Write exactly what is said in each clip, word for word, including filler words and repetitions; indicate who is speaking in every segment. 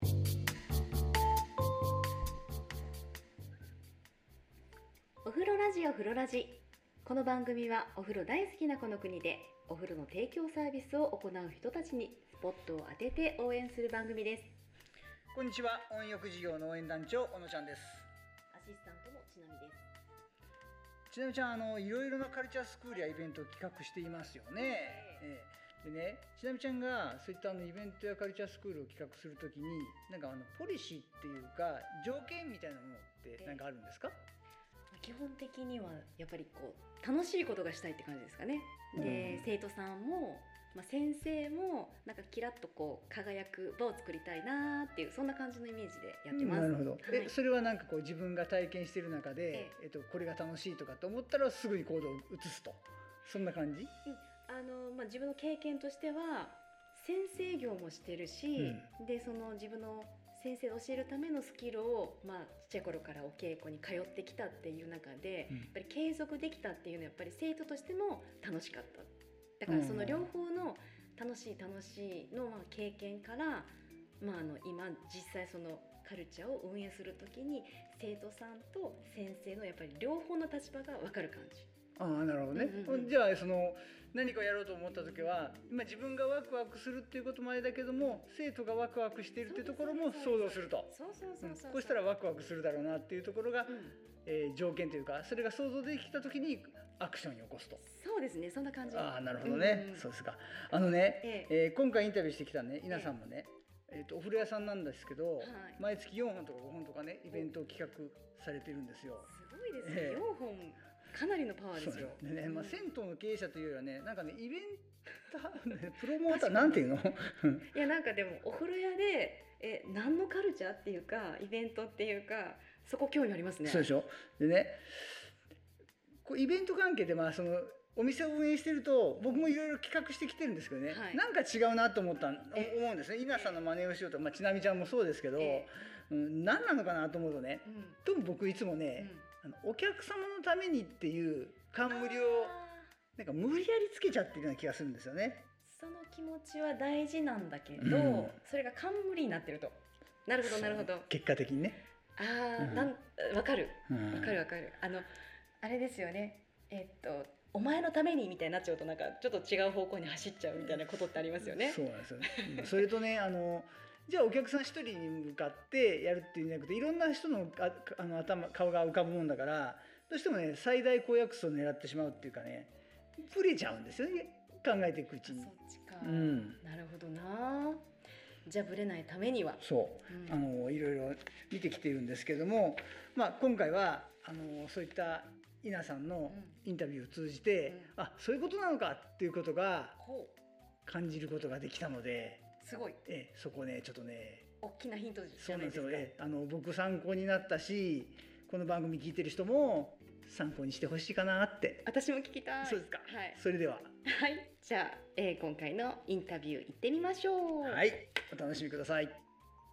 Speaker 1: お風呂ラジオ風呂ラジ。この番組はお風呂大好きなこの国でお風呂の提供サービスを行う人たちにスポットを当てて応援する番組です。
Speaker 2: こんにちは、温浴事業の応援団長小野ちゃんです。
Speaker 1: アシスタントのちなみです。
Speaker 2: ちなみちゃん、あのいろいろなカルチャースクールやイベントを企画していますよね、ええ、でね、ちなみちゃんがそういったあのイベントやカルチャースクールを企画するときになんかあのポリシーっていうか条件みたいなものって何かあるんですか？
Speaker 1: 基本的にはやっぱりこう楽しいことがしたいって感じですかね。で、うん、生徒さんも、まあ、先生もなんかキラッとこう輝く場を作りたいなっていうそんな感じのイメージでやってます。
Speaker 2: うん、なるほど、
Speaker 1: はい、
Speaker 2: えそれはなんかこう自分が体験している中で、ええっと、これが楽しいとかと思ったらすぐに行動を移すと、そんな感じ？うん、
Speaker 1: あのまあ、自分の経験としては先生業もしてるし、うん、でその自分の先生を教えるためのスキルを、まあ、ちっちゃい頃からお稽古に通ってきたっていう中で、うん、やっぱり継続できたっていうのはやっぱり生徒としても楽しかった。だからその両方の楽しい楽しいのまあ経験から、まあ、あの今実際そのカルチャーを運営するときに生徒さんと先生のやっぱり両方の立場が分かる感じ。
Speaker 2: ああ、なるほどね、うんうんうん、じゃあその何かやろうと思った時は今自分がワクワクするっていうこともあれだけども生徒がワクワクしているっていうところも想像すると、こうしたらワクワクするだろうなっていうところが、うん、えー、条件というかそれが想像できた時にアクションに起こすと。
Speaker 1: そうですね、そんな感じ。
Speaker 2: ああ、なるほどね、うんうん、そうですか。あのね、えええー、今回インタビューしてきたね稲さんもね、えええー、とお風呂屋さんなんですけど、はい、毎月よんほんとかごほんとかねイベントを企画されてるんですよ。
Speaker 1: すごいですね、えー、よんほんかなりのパワーですよ。
Speaker 2: でね、まあ、銭湯の経営者というよりはね、なんかねイベント、ね、プロモーターなんていうの
Speaker 1: いやなんかでもお風呂屋でえ何のカルチャーっていうかイベントっていうかそこ興味ありますね。
Speaker 2: そうでしょ。でね、こうイベント関係でまあそのお店を運営してると僕もいろいろ企画してきてるんですけどね、はい、なんか違うなと思った思うんですね。稲さんの真似をしようと、まあ、ちなみちゃんもそうですけど、うん、何なのかなと思うとね、うん、とも僕いつもね、うん、あのお客様のためにっていう冠をなんか無理やりつけちゃってるような気がするんですよね。
Speaker 1: その気持ちは大事なんだけど、うん、それが冠になってると。なるほどなるほど。
Speaker 2: 結果的にね。
Speaker 1: ああ、うん、なん分かる分かる分かる。あのあれですよね。えっとお前のためにみたいになっちゃうとなんかちょっと違う方向に走っちゃうみたいなことってありますよね。
Speaker 2: そうなんですよね。それとね、あのじゃあお客さん一人に向かってやるっていうんじゃなくていろんな人のああの頭顔が浮かぶもんだからどうしてもね最大公約数を狙ってしまうっていうかねブレちゃうんですよね、考えていくうちに。
Speaker 1: そっちか、
Speaker 2: うん、
Speaker 1: なるほどな。じゃあブレないためには
Speaker 2: そう、うん、あのいろいろ見てきているんですけれども、まあ、今回はあのそういった稲さんのインタビューを通じて、うん、あそういうことなのかっていうことが感じることができたので、
Speaker 1: すごい、
Speaker 2: えそこねちょっとね
Speaker 1: 大きなヒントじ
Speaker 2: ゃないですか。そうなんですよ、
Speaker 1: え
Speaker 2: あの僕参考になったしこの番組聞いてる人も参考にしてほしいかなって。
Speaker 1: 私も聞きたい。
Speaker 2: そうですか、
Speaker 1: はい、
Speaker 2: それでは
Speaker 1: はい、じゃあ、えー、今回のインタビュー行ってみましょう。
Speaker 2: はい、お楽しみください。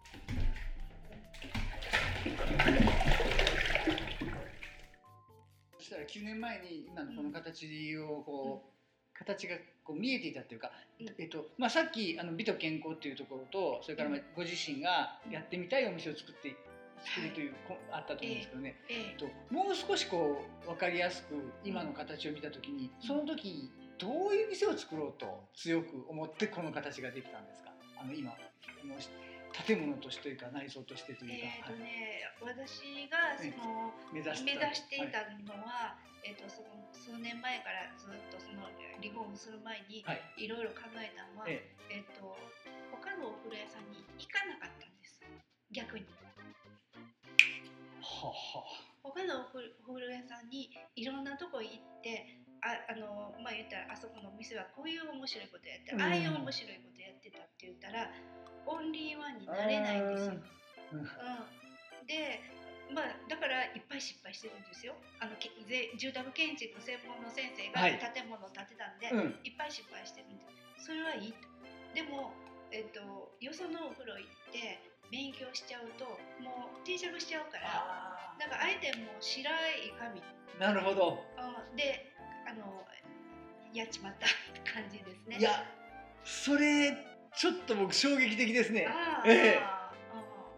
Speaker 2: そしたらきゅうねんまえに今のこの形をこう、うん、形がこう見えていたっていうか、うんえっとまあ、さっきあの美と健康っていうところとそれからまあご自身がやってみたいお店を作って作るという、はい、あったと思うんですけどね、えーえー、ともう少しこう分かりやすく今の形を見た時に、うん、その時どういう店を作ろうと強く思ってこの形ができたんですか？あの今の建物としてというか内装としてというか。
Speaker 3: えーとね、はい、私がその、目指していたのは、はい、えーとその数年前からずっとそのリフォームする前にいろいろ考えたのは、はいえーと他のお風呂屋さんに行かなかったんです。逆に。
Speaker 2: はは
Speaker 3: 他のお風呂屋さんにいろんなとこ行ってああのまあ言ったらあそこのお店はこういう面白いことやって、うん、ああいう面白いことやってたって言ったらオンリーワンになれないんですよ。うん、で、まあだからいっぱい失敗してるんですよ。あの住宅建築専門の先生が建物を建てたんで、はいうん、いっぱい失敗してるんです。それはいいと。でも、えっと、よそのお風呂行って勉強しちゃうともう定着しちゃうからだからあえてもう白い紙
Speaker 2: なるほど
Speaker 3: であのやっちまった感じですね。
Speaker 2: いやそれちょっと僕衝撃的ですね。
Speaker 3: あ、
Speaker 2: ええ、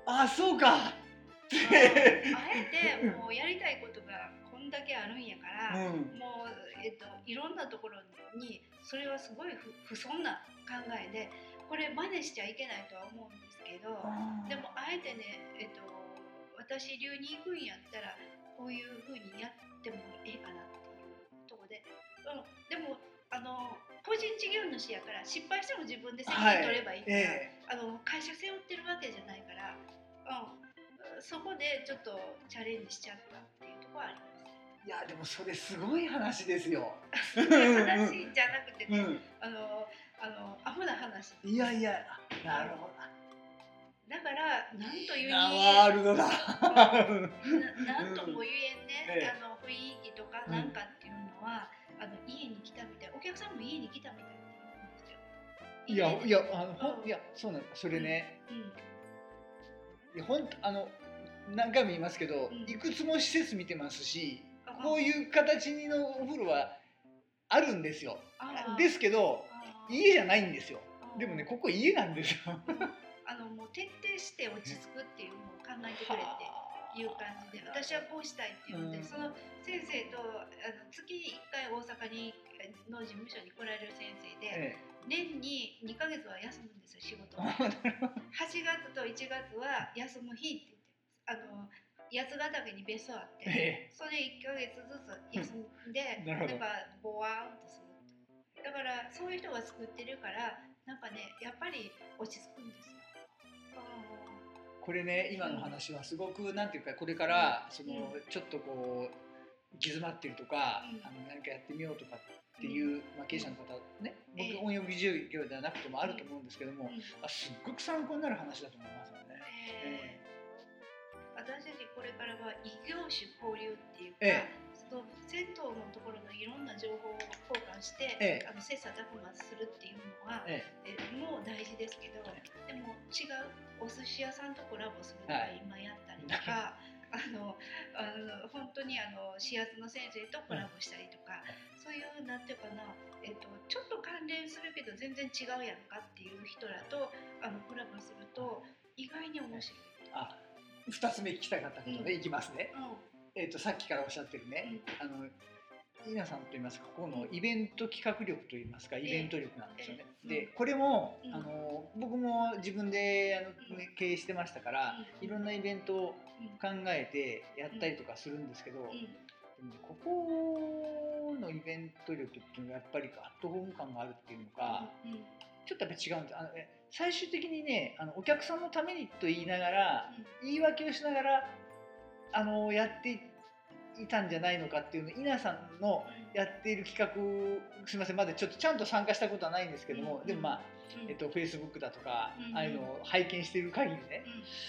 Speaker 2: あ、そうか。
Speaker 3: あえてもうやりたいことがこんだけあるんやから、
Speaker 2: うん、
Speaker 3: もう、えっと、いろんなところにそれはすごい不不遜な考えで、これ真似しちゃいけないとは思うんですけど、でもあえてね、えっと、私流に行くんやったらこういう風にやってもええかなっていうところで、うん、でもあの個人事業主やから失敗しても自分で責任取ればいいから、
Speaker 2: はいえ
Speaker 3: あの会社背負ってるわけじゃないから、うん、そこでちょっとチャレンジしちゃったっていうところはあります。
Speaker 2: ー、いやでもそれすごい話ですよ。
Speaker 3: そういう話じゃなくてね、
Speaker 2: うん、
Speaker 3: あのあのアホな話。
Speaker 2: いやいや、なるほど。
Speaker 3: だから何というに、
Speaker 2: なワールドだ。
Speaker 3: ななんとも言えんね、
Speaker 2: ええ
Speaker 3: あの雰囲気とかなんかっていうのは、あの家に来たみたい、お客さんも家に来たみたいって言うんですよ。
Speaker 2: いやいやあのほ
Speaker 3: うん
Speaker 2: んいやそうなんそれね、
Speaker 3: うん、
Speaker 2: いやほんあの何回も言いますけど、
Speaker 3: うん
Speaker 2: いくつも施設見てますし、
Speaker 3: あ
Speaker 2: こういう形のお風呂はあるんですよ。
Speaker 3: あ
Speaker 2: ですけど
Speaker 3: あー
Speaker 2: 家じゃないんですよ。
Speaker 3: あー
Speaker 2: でもねここ家なんですよ。
Speaker 3: あのもう徹底して落ち着くっていうのを考えてくれっていう感じで、私はこうしたいっていうので、
Speaker 2: うん
Speaker 3: その先生とあの月いっかい大阪にの事務所に来られる先生で、
Speaker 2: え
Speaker 3: 年ににかげつは休むんですよ、仕事を。
Speaker 2: え
Speaker 3: はちがつといちがつは休む日って言って、あの八ヶ岳に別荘あって、
Speaker 2: え
Speaker 3: それでいっかげつずつ休んで、
Speaker 2: なるほど
Speaker 3: んかボワーンとするって。だからそういう人が作ってるから、なんかね、やっぱり落ち着くんですよ。
Speaker 2: これね今の話はすごくなんていうかこれからそのちょっとこう行き詰まってるとか、
Speaker 3: うん
Speaker 2: あの何かやってみようとかっていう、まあ、経営者の方ね、
Speaker 3: ええ
Speaker 2: 僕音読授業ではなくてもあると思うんですけども、
Speaker 3: うん
Speaker 2: あすっごく参考になる話だと思いますよね。
Speaker 3: えー私たちこれからは異業種交流っていうか、
Speaker 2: え
Speaker 3: その銭湯のところのいろんな情報を交換して、
Speaker 2: ええ
Speaker 3: あの切磋琢磨するっていうのは、
Speaker 2: え
Speaker 3: えもう大事ですけど、でも違うお寿司屋さんとコラボするのが
Speaker 2: はい
Speaker 3: 今やったりとか、あのあの本当にあの指圧の先生とコラボしたりとか、そういうなんていうかな、えっと、ちょっと関連するけど全然違うやんかっていう人らとあのコラボすると意外に面白い。
Speaker 2: あふたつめ聞きたかったことでいきますね。
Speaker 3: うん
Speaker 2: えー、とさっきからおっしゃってるね、あの稲さんといいますかここのイベント企画力といいますかイベント力なんですよね。
Speaker 3: ええ
Speaker 2: でこれも、
Speaker 3: うん
Speaker 2: あの僕も自分であの
Speaker 3: うん
Speaker 2: 経営してましたから、
Speaker 3: うん
Speaker 2: いろんなイベントを
Speaker 3: うん
Speaker 2: 考えてやったりとかするんですけど、
Speaker 3: うん
Speaker 2: でもここのイベント力っていうのはやっぱりアットホーム感があるっていうのか、
Speaker 3: うん
Speaker 2: ちょっとやっぱ違うんです。あのえ最終的にねあのお客さんのためにと言いながら、言い訳をしながらあのやっていたんじゃないのかっていうの稲さんのやっている企画すみませんまだちょっとちゃんと参加したことはないんですけども、
Speaker 3: うん
Speaker 2: でもまあ、
Speaker 3: うん
Speaker 2: えっと、Facebook だとか、
Speaker 3: うん
Speaker 2: ああいうのを拝見している限りね、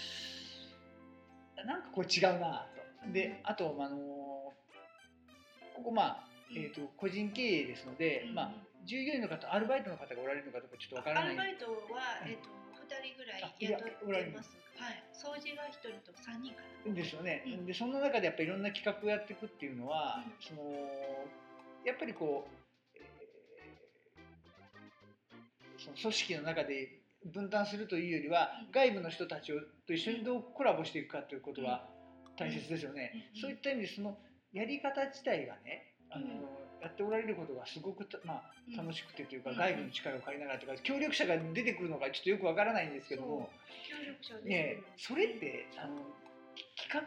Speaker 2: なんかこれ違うなと。であと、あのここまあ、えっと、個人経営ですので、
Speaker 3: うん
Speaker 2: まあ、従業員の方アルバイトの方がおられるのかどうかちょっとわからない
Speaker 3: アルバイトは、えっと、ふたりぐらい
Speaker 2: あいや
Speaker 3: 雇
Speaker 2: おられる
Speaker 3: ってます。はい、掃除がひとりとさんにんかな。
Speaker 2: ですよね、
Speaker 3: うん
Speaker 2: でそんな中でやっぱりいろんな企画をやっていくっていうのは、
Speaker 3: うん
Speaker 2: そのやっぱりこう、えーその組織の中で分担するというよりは、
Speaker 3: うん
Speaker 2: 外部の人たちをと一緒にどうコラボしていくかということは大切ですよね、
Speaker 3: うん
Speaker 2: そういった意味でそのやり方自体がねあの、
Speaker 3: うん
Speaker 2: やっておられることがすごくた、まあ、
Speaker 3: うん
Speaker 2: 楽しくてというか、
Speaker 3: うん
Speaker 2: 外部の力を借りながらというか協力者が出てくるのかちょっとよくわからないんですけども、
Speaker 3: 協力者で、
Speaker 2: ねえそれってあの企画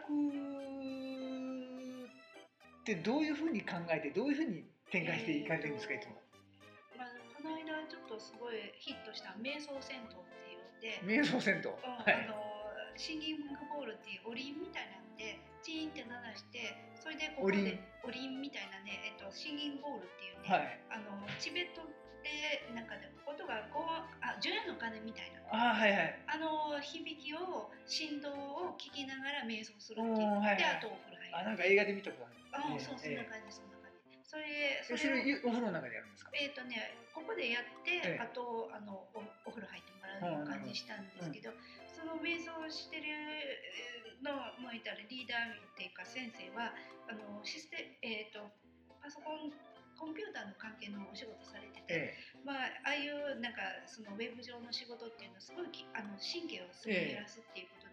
Speaker 2: ってどういうふうに考えてどういうふうに展開していかれてるんですか、いつも。
Speaker 3: まあ、この間ちょっとすごいヒットした瞑想銭湯っていうので、
Speaker 2: 瞑想銭湯、
Speaker 3: うん
Speaker 2: はい
Speaker 3: あのシンギングボールっていうおりんみたいなんでチーンって鳴らしてそれでここでおりんみたいなね、えっと、シンギングボールっていうね、
Speaker 2: はい
Speaker 3: あのチベットでなんかで音がこうあ除夜の鐘みたいな
Speaker 2: あはいはい
Speaker 3: あの響きを振動を聞きながら瞑想するっていう、
Speaker 2: おーはいはい
Speaker 3: であとお風呂入る
Speaker 2: あなんか映画で見たことある
Speaker 3: あ、そうそんな感じそんな感じそれ
Speaker 2: えそ
Speaker 3: それを
Speaker 2: れお風呂の中でやるんですか。
Speaker 3: えーとね、ここでやって、
Speaker 2: ええ
Speaker 3: あとあの お, お風呂入ってもらう感じしたんですけど、その瞑想してるのもいたらリーダーっていうか先生はあのシステ、えー、とパソコンコンピューターの関係のお仕事されてて、
Speaker 2: え
Speaker 3: まあ、ああいうなんかそのウェブ上の仕事っていうのはすごいきあの神経をすごい減らすっていうこと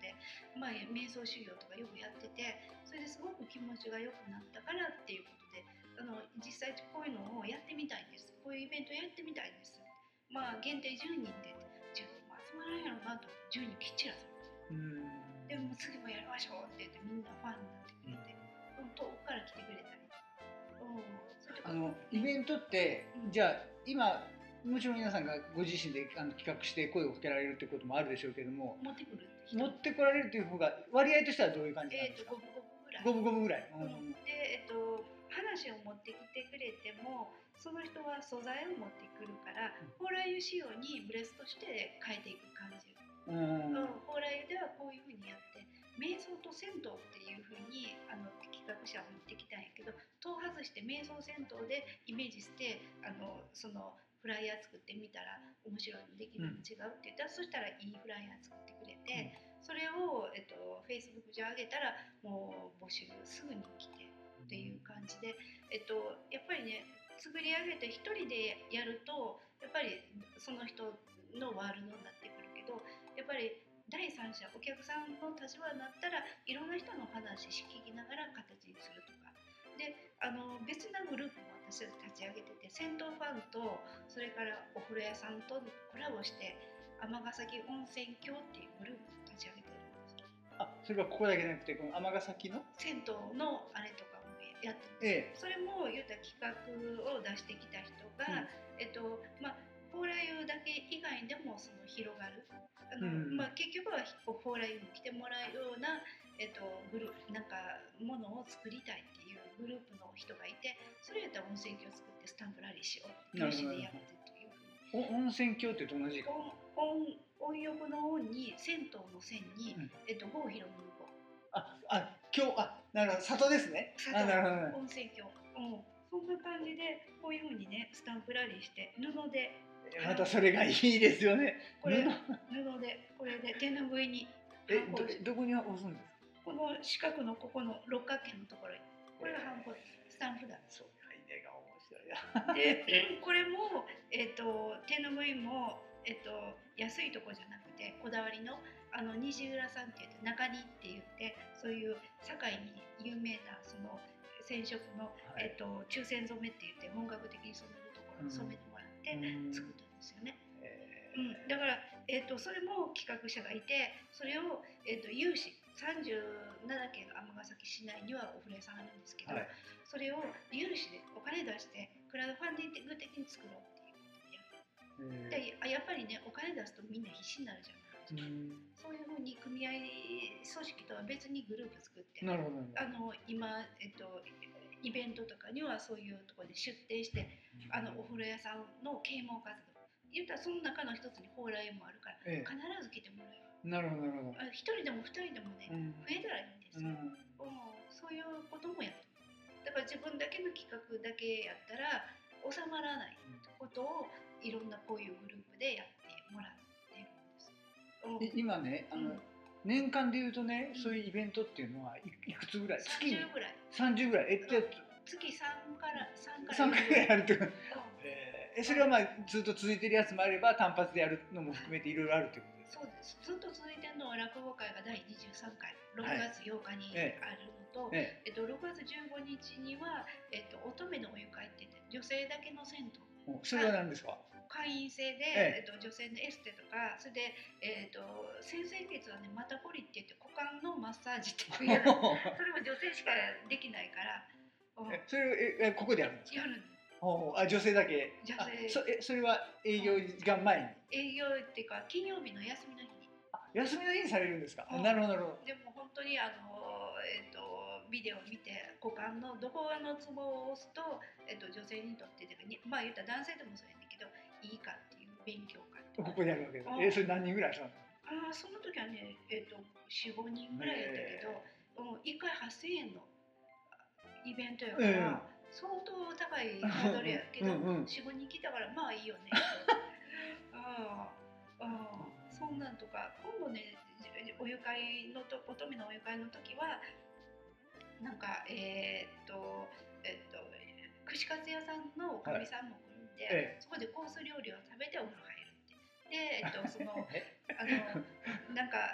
Speaker 3: で、まあ、瞑想修行とかよくやってて、それですごく気持ちが良くなったからっていうことで、あの実際こういうのをやってみたいんです、こういうイベントやってみたいんです、まあ限定じゅうにんでじゅうにんも集まらんやろなと思ってじゅうにんきっちり集まって、でも次もやりましょうって言ってみんなファンになってくれて、うん、遠くから来てくれたり、うん、そういうとこ
Speaker 2: あのイベントって、
Speaker 3: うん、
Speaker 2: じゃあ今もちろん皆さんがご自身であの企画して声をかけられるということもあるでしょうけども、
Speaker 3: 持ってくるって人
Speaker 2: 持ってこられるという方が割合としてはどういう感じなん
Speaker 3: えーと
Speaker 2: ですか？
Speaker 3: 五分五分ぐらい、
Speaker 2: 五分五分ぐらい、うん、
Speaker 3: で、えっと、話を持ってきてくれてもその人は素材を持ってくるから蓬莱油仕様にブレスとして変えていく感じ、
Speaker 2: うん、
Speaker 3: うん、蓬莱油ではこういう風にやって瞑想と銭湯っていう風にあの企画者は持ってきたんやけど、戸を外して瞑想銭湯でイメージしてあのそのフライヤー作ってみたら面白いのできるの違うって言ったら、うん、そしたらいいフライヤー作ってくれて、うん、それを、えっと、Facebook 上上げたらもう募集すぐに来てっていう感じで、えっと、やっぱりね作り上げて一人でやるとやっぱりその人のワールドになってくるけど、やっぱり第三者お客さんの立場になったらいろんな人の話聞きながら形にするとかで、あの別なグループも私たち立ち上げてて、銭湯ファンとそれからお風呂屋さんとコラボして尼崎温泉郷っていうグループを立ち上げてるんです。
Speaker 2: あ、それはここだけじゃなくてこの尼崎の
Speaker 3: 銭湯のあれとかもやってて、ええ、それも言った企画を出してきた人が、うん、えっとまあ蓬莱湯だけ以外でもその広がるあの、うんまあ、結局は蓬莱湯に来てもらうような、えっと、グルなんかものを作りたいっていうグループの人がいて、それやったら温泉郷を作ってスタンプラリーしようって有志でやってというふうに。温泉郷ってどんな字か。温温浴の温に銭湯の銭に、うんえっと、郷ひろみの郷。あ
Speaker 2: あ今日あなるほど里ですね。
Speaker 3: あなるほど、温泉郷、うん、そんな感じでこういうふうにねスタンプラリーして布で
Speaker 2: またそれがいいですよね。
Speaker 3: これ布でこれで手ぬぐいに
Speaker 2: え ど, どこに押すんですか？
Speaker 3: この四角のここの六角形のところにこれがハンコです。スタンプだ。
Speaker 2: そういうアイデアが面白
Speaker 3: いでこれも、えー、と手ぬぐいも、えー、と安いとこじゃなくてこだわりのあの虹浦さんって言って中にって言ってそういう堺に有名なその染色の、はいえー、と中線染めって言って本格的に染めるところに染めてもらって作ったんですよね。うん、だから、えー、とそれも企画者がいて、それを、えー、と有志さんじゅうななけん尼崎市内にはお風呂屋さんあるんですけど、はい、それを有志でお金出してクラウドファンディング的に作ろうっていうことでやって、でやっぱりねお金出すとみんな必死になるじゃないですか。そういうふうに組合組織とは別にグループ作って、
Speaker 2: なるほど
Speaker 3: あの今、えっと、イベントとかにはそういうところで出店してあのお風呂屋さんの啓蒙活動言ったらその中の一つに蓬莱もあるから、ええ、必ず来てもらえる。
Speaker 2: なるほどなるほど。
Speaker 3: 一人でも二人でもね、うん、増えたらいいんですよ、うん、そういうこともやってだから自分だけの企画だけやったら収まらないことをいろんなこういうグループでやってもらってるんです。
Speaker 2: 今ねあの、うん、年間でいうとね、うん、そういうイベントっていうのはいくつぐらい？
Speaker 3: さんじゅうぐらい。
Speaker 2: さんじゅうぐらい。えっと
Speaker 3: 月さんから
Speaker 2: さんからさんぐらいあるってこと。えそれはまあずっと続いてるやつもあれば単発でやるのも含めていろいろあるということです。
Speaker 3: そうです。ずっと続いてるのは落語会がだいにじゅうさんかいろくがつようかにあるのと、はいえええっと、ろくがつじゅうごにちには、えっと、乙女のお湯会って言って女性だけの銭湯。
Speaker 2: それは何ですか？
Speaker 3: 会員制で、ええっと、女性のエステとかそれで、えっと、先々月はねまたこりって言って股間のマッサージっていうやつそれも女性しかできないから
Speaker 2: それえここでやるんですか？
Speaker 3: やるんです。
Speaker 2: あ女性だけ。
Speaker 3: 女性。
Speaker 2: そえそれは営業時間前
Speaker 3: に。営業っていうか金曜日の休みの日に。
Speaker 2: あ休みの日にされるんですか？なるほどなるほど。
Speaker 3: でも本当にあのえっ、ー、とビデオを見て股間のどこのツボを押すとえっ、ー、と女性にとってまあ言ったら男性でもそうやねんけどいいかっていう勉強会。
Speaker 2: ここでやるわけです。えー、それ何人ぐらいしたの？
Speaker 3: あその時はねえっ、ー、とよん、ごにんぐらいやったけど、えー、いっかいはっせんえんのイベントやから。えー相当高いハードルやけど、うんうん、よん、ごにん来たからまあいいよね。ああそんなんとか今度ねお湯会のと乙女のお湯会の時はなんかえー、っとえー、っと串カツ屋さんのおかみさんも来るんで、はい、そこでコース料理を食べてお風呂入るってでえー、っとそのあのなんか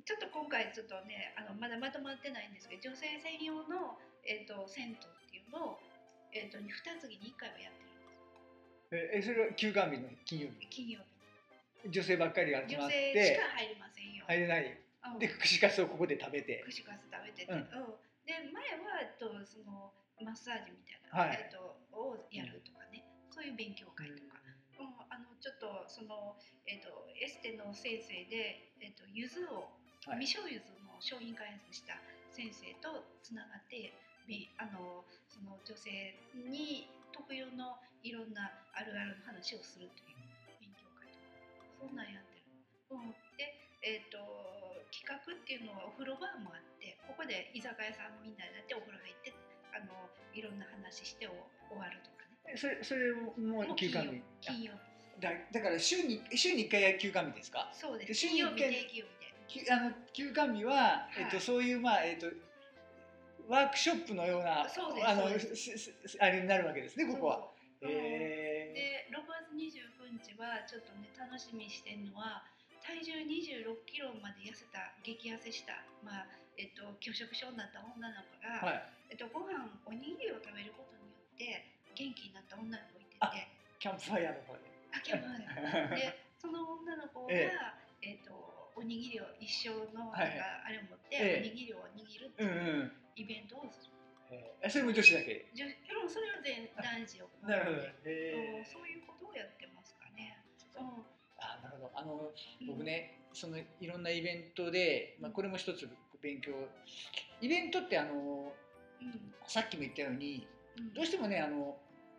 Speaker 3: ちょっと今回ちょっとねあのまだまとまってないんですけど、女性専用の、えー、と銭湯っていうのを、えー、とにかげつにいっかいはやってるんです。
Speaker 2: えそれは休館日の金曜日、
Speaker 3: 金曜日
Speaker 2: 女性ばっかりが集まっ
Speaker 3: 女性
Speaker 2: て
Speaker 3: しか入りませんよ。
Speaker 2: 入れない、
Speaker 3: うん
Speaker 2: で串カツをここで食べて、
Speaker 3: 串カツ食べてて、
Speaker 2: うん
Speaker 3: うんで前は、えっと、そのマッサージみたいな、
Speaker 2: はい
Speaker 3: えっと、をやるとかね、そういう勉強会とか、うん、あのちょっとその、えっと、エステの先生で、えっと、柚子を、
Speaker 2: はい
Speaker 3: 未生柚子の商品開発した先生とつながって、びあのその女性に特有のいろんなあるあるの話をするという勉強会とか、そんなんやってる。うん、で、えっと、企画っていうのはお風呂場もあって、ここで居酒屋さんみんなでやってお風呂入ってあのいろんな話してお終わるとかね。
Speaker 2: それそれも
Speaker 3: もう
Speaker 2: 休館日
Speaker 3: 金曜日。
Speaker 2: だだから週に週にいっかいは休館日ですか？
Speaker 3: そうです。
Speaker 2: 週にいっかい
Speaker 3: 金曜日定休日で。
Speaker 2: きあの休館日は、えっと、
Speaker 3: はい
Speaker 2: そういうまあえっとワークショップのような
Speaker 3: そうです
Speaker 2: あの
Speaker 3: そうです
Speaker 2: すすあれになるわけですね、ここは。
Speaker 3: そうそう
Speaker 2: へ
Speaker 3: で、ろくがつにじゅうくにちはちょっとね楽しみにしてるのは、体重にじゅうろっキロまで痩せた激痩せした、まあえっと、拒食症になった女の子が、
Speaker 2: ーはい、
Speaker 3: えっと、ご飯おにぎりを食べることによって元気になった女の子がいて
Speaker 2: あ
Speaker 3: て、
Speaker 2: キャンプファイヤーの方で。
Speaker 3: あキャンプファイヤーでその女の子が、
Speaker 2: え
Speaker 3: えっと、おにぎりを一生のなんか
Speaker 2: はい
Speaker 3: あれを持って、
Speaker 2: ええ
Speaker 3: おにぎりを握るって
Speaker 2: うん
Speaker 3: いう
Speaker 2: うん。
Speaker 3: イベントをする。
Speaker 2: えー、それも女子だけ。
Speaker 3: じゅうんそれは全男児を行って
Speaker 2: なるほど。
Speaker 3: うん
Speaker 2: へー
Speaker 3: そういうことをやってますかね。うん
Speaker 2: あ、なるほど。あの
Speaker 3: うん
Speaker 2: 僕ね、そのいろんなイベントで、まあこれも一つ勉強。イベントってあの
Speaker 3: うん
Speaker 2: さっきも言ったように、
Speaker 3: うん
Speaker 2: どうしてもねあの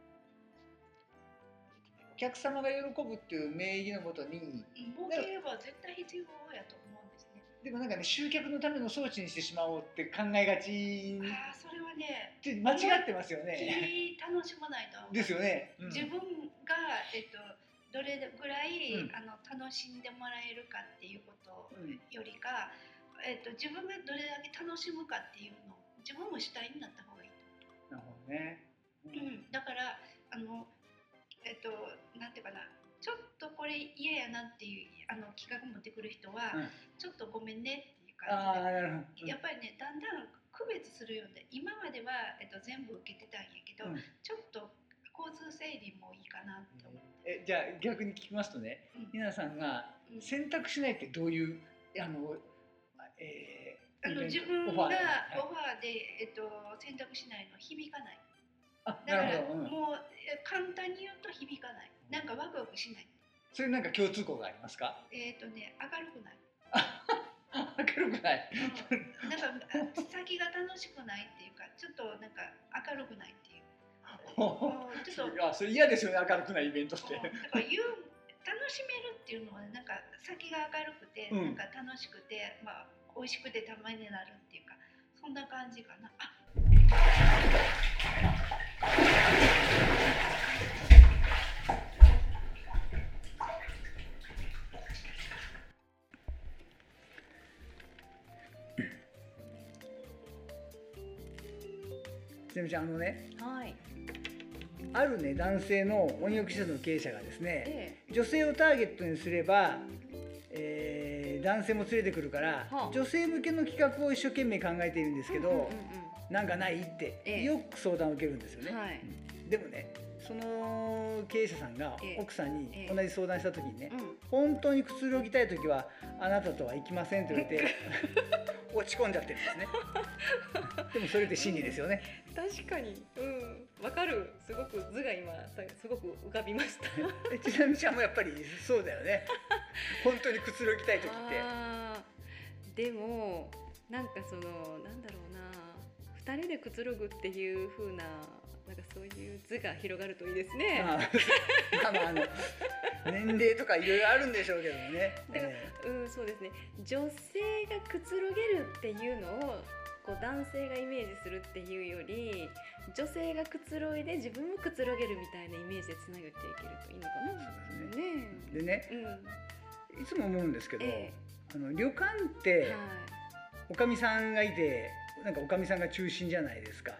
Speaker 2: お客様が喜ぶっていう名義のもとに、
Speaker 3: うん儲ければ絶対必要やと思うんですね。
Speaker 2: でもなんかね集客のための装置にしてしまおうって考えがち
Speaker 3: ああそれはね、
Speaker 2: って間違ってますよね。
Speaker 3: きり楽しまないと。
Speaker 2: ですよね。うん
Speaker 3: 自分がえっとどれぐらい、
Speaker 2: うん
Speaker 3: あの楽しんでもらえるかっていうこと
Speaker 2: うん
Speaker 3: よりか、えっと自分がどれだけ楽しむかっていうの、自分も主体になった方がいいと。
Speaker 2: なるほどね。
Speaker 3: うん、だからあのえっとなんていうかな、ちょっとこれ嫌やなっていうあの企画持ってくる人は、
Speaker 2: うん
Speaker 3: ちょっとごめんねっていう
Speaker 2: ああ
Speaker 3: 感
Speaker 2: なるほど。
Speaker 3: じで、やっぱりねだんだん区別するように、今までは、えっと、全部受けてたんやけど、
Speaker 2: うん
Speaker 3: ちょっと交通整理もいいかなって思う。
Speaker 2: えじゃあ逆に聞きますとね、
Speaker 3: うん
Speaker 2: 皆さんが
Speaker 3: うん
Speaker 2: 選択しないってどういうあの、えー、
Speaker 3: あの
Speaker 2: イベント
Speaker 3: 自分が
Speaker 2: オファーなの
Speaker 3: オファーで、えっと、選択しないの響かない。
Speaker 2: あ
Speaker 3: だから
Speaker 2: なるほど、うん、
Speaker 3: もうえ簡単に言うと響かない。なんかワクワクしない。
Speaker 2: それなんか共通項がありますか？
Speaker 3: えっ、とね明るくない。
Speaker 2: 明るくない。
Speaker 3: うんなんかあ先が楽しくないっていうか、ちょっとなんか明るくないっていう。うんちょっと
Speaker 2: いやそれ嫌ですよね、明るくないイベントって。
Speaker 3: うんだから言う楽しめるっていうのは、なんか先が明るくて、
Speaker 2: うん
Speaker 3: なんか楽しくて、まあ美味しくてたまになるっていうか、そんな感じかな。あ
Speaker 2: ちなみにあのね、
Speaker 1: はい。
Speaker 2: あるね男性の温浴施設の経営者がですね、
Speaker 1: え
Speaker 2: 女性をターゲットにすれば、えー男性も連れてくるから、
Speaker 1: はあ
Speaker 2: 女性向けの企画を一生懸命考えているんですけど、
Speaker 1: うんうん
Speaker 2: なんかないって
Speaker 1: ええ
Speaker 2: よく相談を受けるんですよね、
Speaker 1: はい
Speaker 2: うんでもねその経営者さんが
Speaker 1: ええ
Speaker 2: 奥さんに
Speaker 1: ええ
Speaker 2: 同じ相談した時にね、
Speaker 1: うんうん。
Speaker 2: 本当にくつろぎたい時はあなたとは行きませんと言われて落ち込んじゃってるんですねでもそれって真理ですよね。
Speaker 1: 確かに、うん、わかる。すごく図が今すごく浮かびました。
Speaker 2: えちなみちゃんもやっぱりそうだよね本当にくつろぎたい時って。
Speaker 1: あーでもなんかそのなんだろうな、二人でくつろぐっていう風ななんかそういう図が広がるといいですね。
Speaker 2: まあ、まあまああの年齢とかいろいろあるんでしょうけどもね。
Speaker 1: でも
Speaker 2: え
Speaker 1: うん、そうですね。女性がくつろげるっていうのをこう男性がイメージするっていうより、女性がくつろいで自分もくつろげるみたいなイメージでつなげていけるといいのかな。
Speaker 2: そうです
Speaker 1: ね
Speaker 2: えでね
Speaker 1: え。うん。
Speaker 2: いつも思うんですけど、
Speaker 1: え
Speaker 2: あの旅館っ
Speaker 1: え。
Speaker 2: て
Speaker 1: はい。
Speaker 2: おかみさんがいてなんかおかみさんが中心じゃないですか。
Speaker 1: そ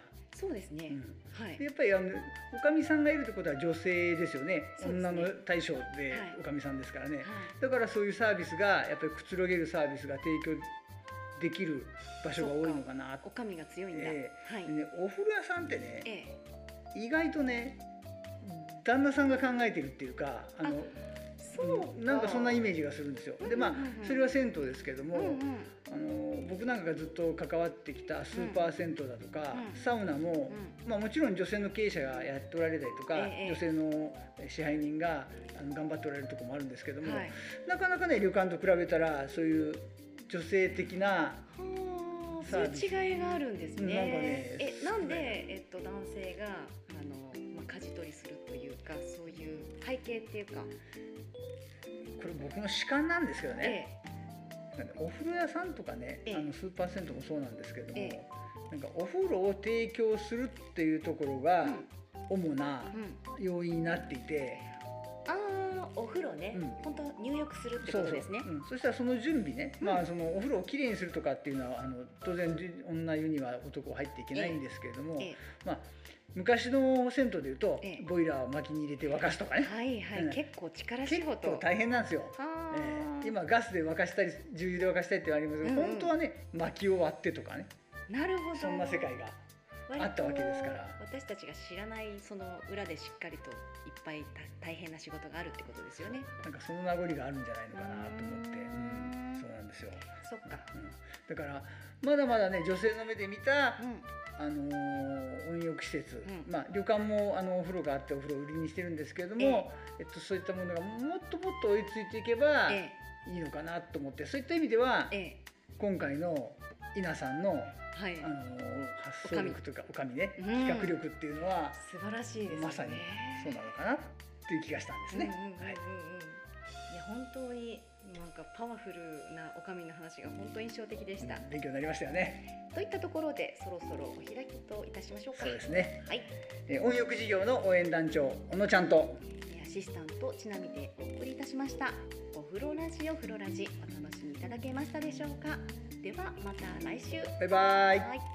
Speaker 1: そうですね、
Speaker 2: うん
Speaker 1: はい、
Speaker 2: でやっぱりあのおかみさんがいるってことは女性ですよね。
Speaker 1: そうですね
Speaker 2: 女の対象で
Speaker 1: はい
Speaker 2: おかみさんですからね、
Speaker 1: はい、
Speaker 2: だからそういうサービスがやっぱりくつろげるサービスが提供できる場所が多いのかなと。
Speaker 1: おかみが強いんだ、
Speaker 2: ええ
Speaker 1: はい、
Speaker 2: でね、お風呂屋さんってね、
Speaker 1: ええ、
Speaker 2: 意外とね旦那さんが考えてるっていうかあの
Speaker 1: そうか、
Speaker 2: なんかそんなイメージがするんですよ。でまあ
Speaker 1: うんうんうん
Speaker 2: それは銭湯ですけども、
Speaker 1: うんうん、
Speaker 2: あの僕なんかがずっと関わってきたスーパー銭湯だとか、
Speaker 1: うん
Speaker 2: サウナも、
Speaker 1: う
Speaker 2: まあ、もちろん女性の経営者がやっておられたりとか、
Speaker 1: ええ
Speaker 2: 女性の支配人があの頑張っておられるところもあるんですけども、
Speaker 1: はい、
Speaker 2: なかなかね旅館と比べたらそういう女性的な
Speaker 1: はあ、そういう違いがあるんですね。
Speaker 2: なんかね
Speaker 1: え、なんで、えっと、男性が、あの、まあ、舵取りするというか、そういう背景っていうか。
Speaker 2: これ僕の主観なんですけどね、
Speaker 1: え
Speaker 2: なんかお風呂屋さんとかね、
Speaker 1: ええ
Speaker 2: あのスーパー銭湯もそうなんですけども、
Speaker 1: ええ
Speaker 2: なんかお風呂を提供するっていうところが主な
Speaker 1: うん、うん、
Speaker 2: 要因になっていて、
Speaker 1: ああ、お風呂ね、
Speaker 2: うん
Speaker 1: 本当入浴するってことですね。
Speaker 2: そうそう、うん、そしたらその準備ね、
Speaker 1: うん
Speaker 2: まあそのお風呂をきれいにするとかっていうのはあの当然女湯には男は入っていけないんですけれども、
Speaker 1: ええ
Speaker 2: まあ昔の銭湯でいうと、
Speaker 1: ええ
Speaker 2: ボイラーを薪に入れて沸かすとかね、
Speaker 1: はいはい、
Speaker 2: うん
Speaker 1: 結構力仕
Speaker 2: 結
Speaker 1: 事。
Speaker 2: 構大変なんですよ。
Speaker 1: あー
Speaker 2: ええ今ガスで沸かしたり重油で沸かしたりってありますけど、
Speaker 1: うんうん
Speaker 2: 本当はね薪を割ってとかね、
Speaker 1: なるほど。
Speaker 2: そんな世界があったわけですから
Speaker 1: 割と私たちが知らないその裏でしっかりといっぱいた大変な仕事があるってことですよね。
Speaker 2: なんかその名残があるんじゃないのかなと思って、
Speaker 1: うーん
Speaker 2: うん、そうなんですよ、
Speaker 1: そっか。
Speaker 2: うん、だからまだまだね女性の目で見た、
Speaker 1: うん、
Speaker 2: あのー温浴施設、
Speaker 1: うん
Speaker 2: まあ、旅館もあのお風呂があってお風呂を売りにしてるんですけれども、えっと、そういったものがもっともっと追いついていけばい
Speaker 1: え
Speaker 2: いのかなと思って、そういった意味では
Speaker 1: ええ
Speaker 2: 今回の稲さんの、
Speaker 1: えはい、
Speaker 2: あのー発想力というかおかみね、
Speaker 1: うん
Speaker 2: 企画力っていうのは
Speaker 1: 素晴らしいですね。
Speaker 2: まさにそうなのかなっていう気がしたんですね。
Speaker 1: うんうんうんうんうん
Speaker 2: はい、
Speaker 1: いや本当になんかパワフルなおかみの話が本当印象的でした。
Speaker 2: 勉強になりましたよね。
Speaker 1: といったところでそろそろお開きといたしましょうか。
Speaker 2: そうですね。
Speaker 1: はい。
Speaker 2: えー温浴事業の応援団長小野ちゃんと
Speaker 1: アシスタントちなみでお送りいたしました。お風呂ラジオ風呂ラジお楽しみいただけましたでしょうか。ではまた来週。
Speaker 2: バイバイ。
Speaker 1: はい。